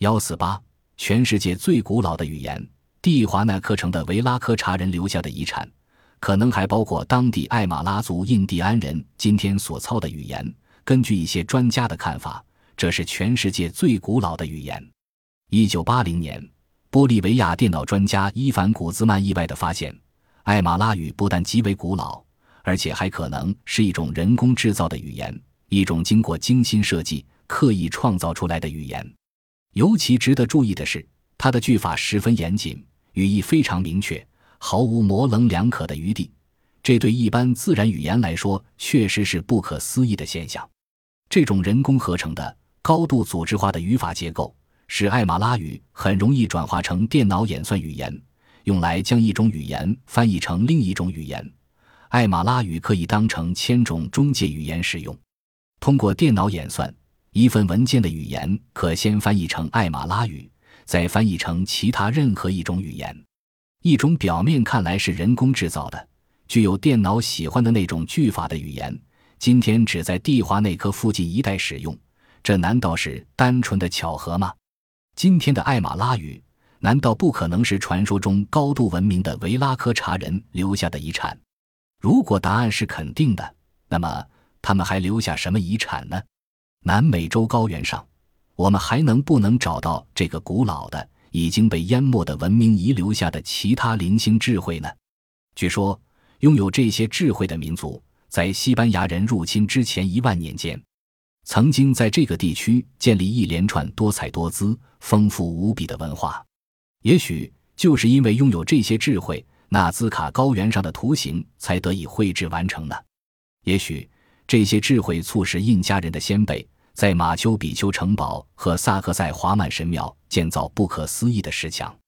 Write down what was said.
148全世界最古老的语言，蒂华纳克城的维拉科查人留下的遗产，可能还包括当地艾马拉族印第安人今天所操的语言。根据一些专家的看法，这是全世界最古老的语言。1980年，玻利维亚电脑专家伊凡·古兹曼意外地发现，艾马拉语不但极为古老，而且还可能是一种人工制造的语言，一种经过精心设计、刻意创造出来的语言。尤其值得注意的是，它的句法十分严谨，语义非常明确，毫无模棱两可的余地。这对一般自然语言来说确实是不可思议的现象。这种人工合成的高度组织化的语法结构使艾马拉语很容易转化成电脑演算语言，用来将一种语言翻译成另一种语言。艾马拉语可以当成千种中介语言使用。通过电脑演算，一份文件的语言可先翻译成艾马拉语，再翻译成其他任何一种语言。一种表面看来是人工制造的，具有电脑喜欢的那种句法的语言，今天只在蒂华内科附近一带使用，这难道是单纯的巧合吗？今天的艾马拉语难道不可能是传说中高度文明的维拉科查人留下的遗产？如果答案是肯定的，那么他们还留下什么遗产呢？南美洲高原上，我们还不能找到这个古老的已经被淹没的文明遗留下的其他零星智慧呢？据说拥有这些智慧的民族在西班牙人入侵之前1万年间，曾经在这个地区建立一连串多彩多姿、丰富无比的文化。也许就是因为拥有这些智慧，纳兹卡高原上的图形才得以绘制完成呢。也许这些智慧促使印加人的先辈在马丘比丘城堡和萨克塞华曼神庙建造不可思议的石墙。